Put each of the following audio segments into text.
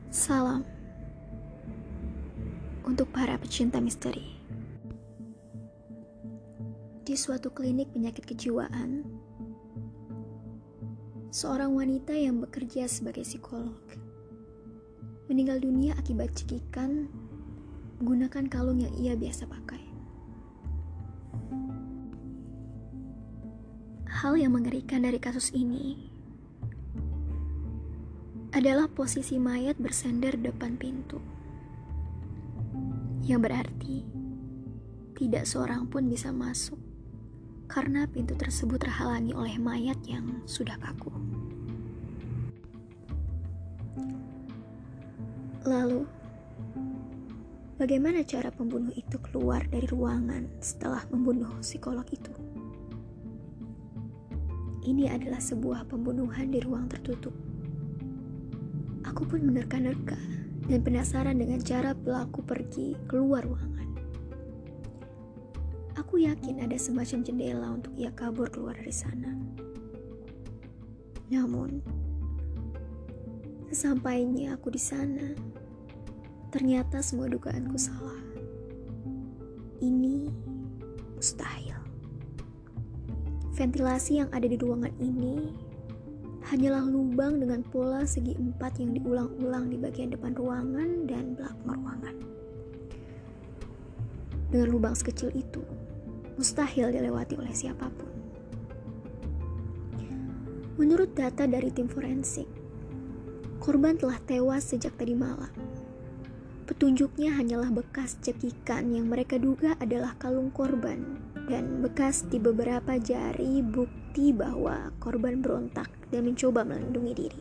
Salam untuk para pecinta misteri. Di suatu klinik penyakit kejiwaan, seorang wanita yang bekerja sebagai psikolog meninggal dunia akibat cekikan menggunakan kalung yang ia biasa pakai. Hal yang mengerikan dari kasus ini adalah posisi mayat bersender depan pintu, yang berarti tidak seorang pun bisa masuk karena pintu tersebut terhalangi oleh mayat yang sudah kaku. Lalu, bagaimana cara pembunuh itu keluar dari ruangan setelah membunuh psikolog itu? Ini adalah sebuah pembunuhan di ruang tertutup. Aku pun menerka-nerka dan penasaran dengan cara pelaku pergi keluar ruangan. Aku yakin ada semacam jendela untuk ia kabur keluar dari sana. Namun, sesampainya aku di sana, ternyata semua dugaanku salah. Ini mustahil. Ventilasi yang ada di ruangan ini hanyalah lubang dengan pola segi 4 yang diulang-ulang di bagian depan ruangan dan belakang ruangan. Dengan lubang sekecil itu, mustahil dilewati oleh siapapun. Menurut data dari tim forensik, korban telah tewas sejak tadi malam. Petunjuknya hanyalah bekas cekikan yang mereka duga adalah kalung korban dan bekas di beberapa jari bukti bahwa korban berontak dan mencoba melindungi diri.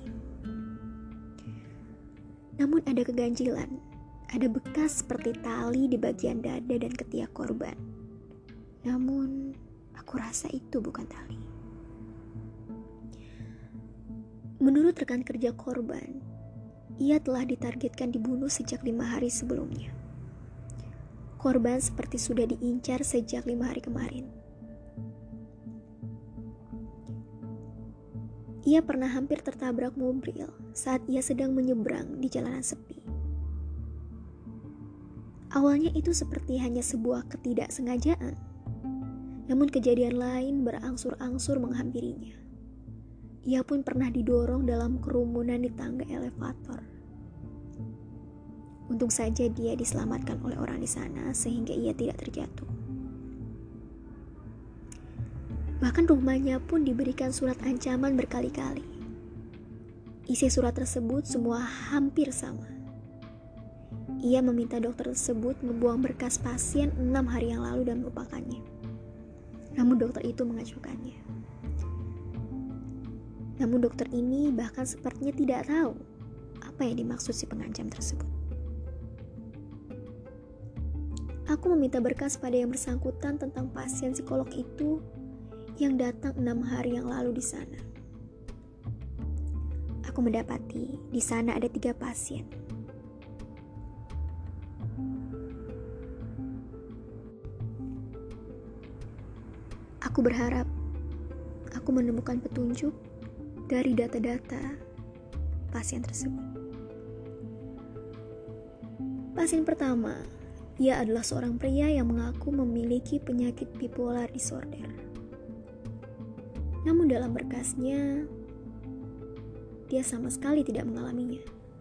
Namun ada keganjilan, ada bekas seperti tali di bagian dada dan ketiak korban. Namun aku rasa itu bukan tali. Menurut rekan kerja korban, ia telah ditargetkan dibunuh sejak 5 hari sebelumnya. Korban seperti sudah diincar sejak 5 hari kemarin. Ia pernah hampir tertabrak mobil saat ia sedang menyeberang di jalanan sepi. Awalnya itu seperti hanya sebuah ketidaksengajaan, namun kejadian lain berangsur-angsur menghampirinya. Ia pun pernah didorong dalam kerumunan di tangga elevator. Untung saja dia diselamatkan oleh orang di sana sehingga ia tidak terjatuh. Bahkan rumahnya pun diberikan surat ancaman berkali-kali. Isi surat tersebut semua hampir sama. Ia meminta dokter tersebut membuang berkas pasien 6 hari yang lalu dan melupakannya. Namun dokter itu mengacuhkannya. Namun dokter ini bahkan sepertinya tidak tahu apa yang dimaksud si pengancam tersebut. Aku meminta berkas pada yang bersangkutan tentang pasien psikolog itu yang datang 6 hari yang lalu di sana. Aku mendapati di sana ada 3 pasien. Aku berharap aku menemukan petunjuk dari data-data pasien tersebut. Pasien pertama, ia adalah seorang pria yang mengaku memiliki penyakit bipolar disorder. Namun dalam berkasnya, dia sama sekali tidak mengalaminya.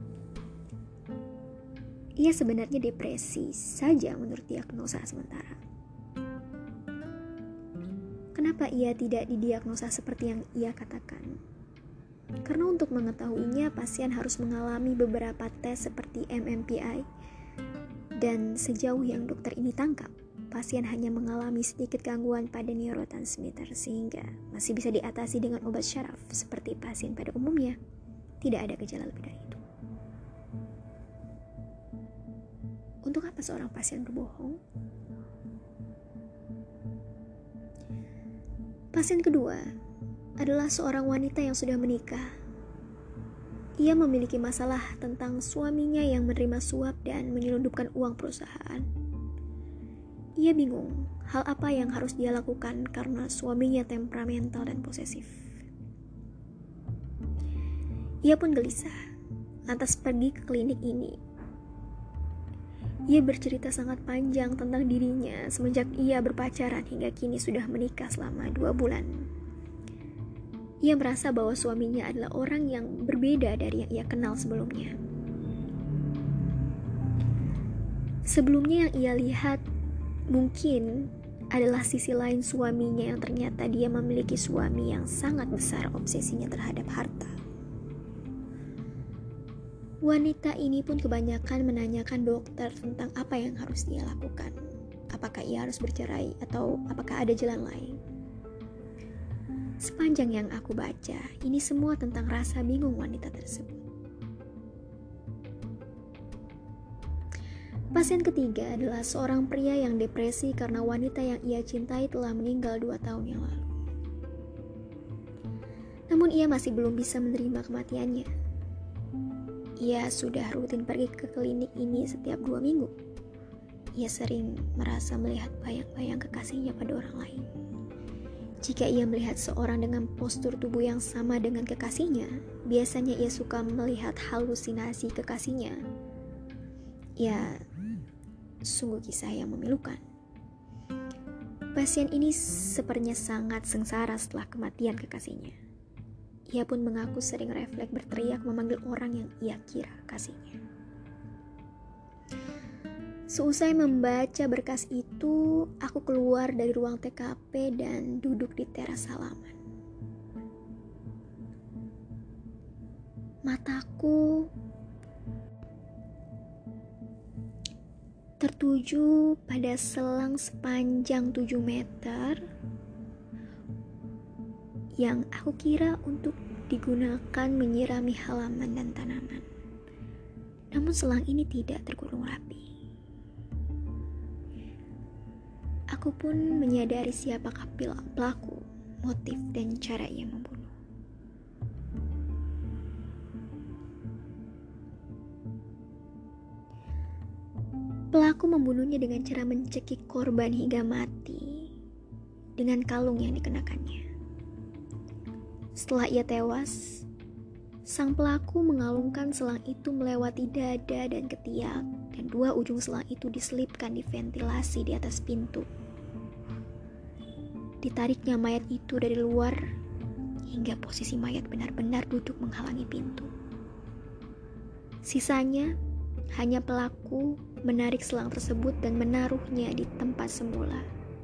Ia sebenarnya depresi saja menurut diagnosa sementara. Kenapa ia tidak didiagnosa seperti yang ia katakan? Karena untuk mengetahuinya, pasien harus mengalami beberapa tes seperti MMPI, dan sejauh yang dokter ini tangkap, pasien hanya mengalami sedikit gangguan pada neurotransmitter sehingga masih bisa diatasi dengan obat syaraf seperti pasien pada umumnya. Tidak ada gejala lebih dari itu. Untuk apa seorang pasien berbohong? Pasien kedua adalah seorang wanita yang sudah menikah. Ia memiliki masalah tentang suaminya yang menerima suap dan menyelundupkan uang perusahaan. Ia bingung hal apa yang harus dia lakukan karena suaminya temperamental dan posesif. Ia pun gelisah lantas pergi ke klinik ini. Ia bercerita sangat panjang tentang dirinya semenjak ia berpacaran hingga kini sudah menikah selama 2 bulan. Ia merasa bahwa suaminya adalah orang yang berbeda dari yang ia kenal sebelumnya. Sebelumnya yang ia lihat mungkin adalah sisi lain suaminya yang ternyata dia memiliki suami yang sangat besar obsesinya terhadap harta. Wanita ini pun kebanyakan menanyakan dokter tentang apa yang harus dia lakukan. Apakah ia harus bercerai atau apakah ada jalan lain? Sepanjang yang aku baca, ini semua tentang rasa bingung wanita tersebut. Pasien ketiga adalah seorang pria yang depresi karena wanita yang ia cintai telah meninggal 2 tahun yang lalu. Namun ia masih belum bisa menerima kematiannya. Ia sudah rutin pergi ke klinik ini setiap 2 minggu. Ia sering merasa melihat bayang-bayang kekasihnya pada orang lain. Jika ia melihat seorang dengan postur tubuh yang sama dengan kekasihnya, biasanya ia suka melihat halusinasi kekasihnya. Ya, sungguh kisah yang memilukan. Pasien ini sepertinya sangat sengsara setelah kematian kekasihnya. Ia pun mengaku sering refleks berteriak memanggil orang yang ia kira kasihnya. Seusai membaca berkas itu, aku keluar dari ruang TKP dan duduk di teras halaman. Mataku tertuju pada selang sepanjang 7 meter yang aku kira untuk digunakan menyirami halaman dan tanaman. Namun selang ini tidak tergulung rapi. Aku pun menyadari siapakah pelaku, motif, dan cara ia membunuh. Pelaku membunuhnya dengan cara mencekik korban hingga mati dengan kalung yang dikenakannya. Setelah ia tewas, sang pelaku mengalungkan selang itu melewati dada dan ketiak, dan 2 ujung selang itu diselipkan di ventilasi di atas pintu. Ditariknya mayat itu dari luar hingga posisi mayat benar-benar duduk menghalangi pintu. Sisanya hanya pelaku menarik selang tersebut dan menaruhnya di tempat semula.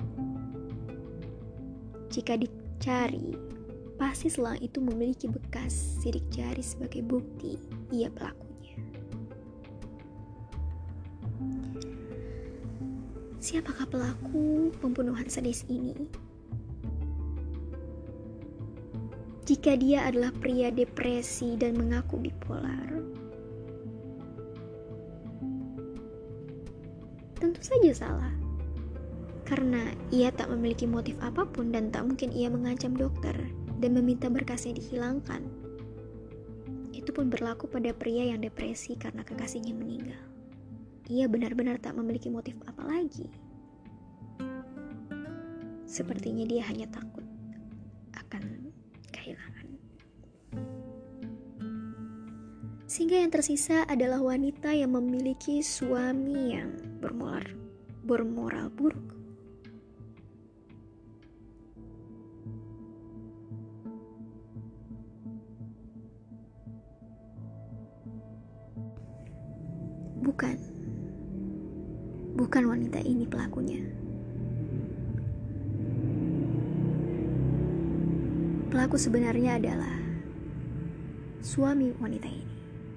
Jika dicari, pasti selang itu memiliki bekas sidik jari sebagai bukti ia pelakunya. Siapakah pelaku pembunuhan sadis ini? Jika dia adalah pria depresi dan mengaku bipolar, tentu saja salah. Karena ia tak memiliki motif apapun dan tak mungkin ia mengancam dokter dan meminta berkasnya dihilangkan. Itu pun berlaku pada pria yang depresi karena kekasihnya meninggal. Ia benar-benar tak memiliki motif apa lagi. Sepertinya dia hanya takut akan kehilangan. Sehingga yang tersisa adalah wanita yang memiliki suami yang bermoral buruk. Bukan wanita ini pelakunya. Pelaku sebenarnya adalah suami wanita ini.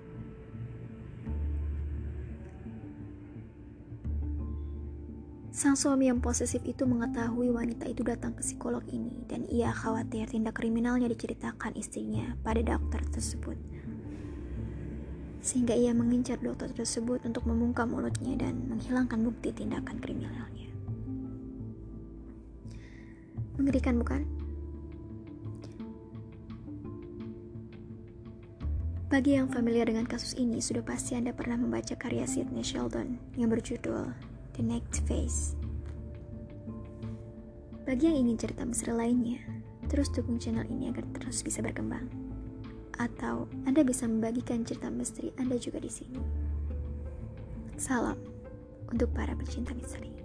Sang suami yang posesif itu mengetahui wanita itu datang ke psikolog ini dan ia khawatir tindak kriminalnya diceritakan istrinya pada dokter tersebut. Sehingga ia mengincar dokter tersebut untuk membungkam mulutnya dan menghilangkan bukti tindakan kriminalnya. Mengerikan, bukan? Bagi yang familiar dengan kasus ini, sudah pasti Anda pernah membaca karya Sidney Sheldon yang berjudul The Next Phase. Bagi yang ingin cerita misteri lainnya, terus dukung channel ini agar terus bisa berkembang. atau Anda bisa membagikan cerita misteri Anda juga di sini. Salam untuk para pecinta misteri.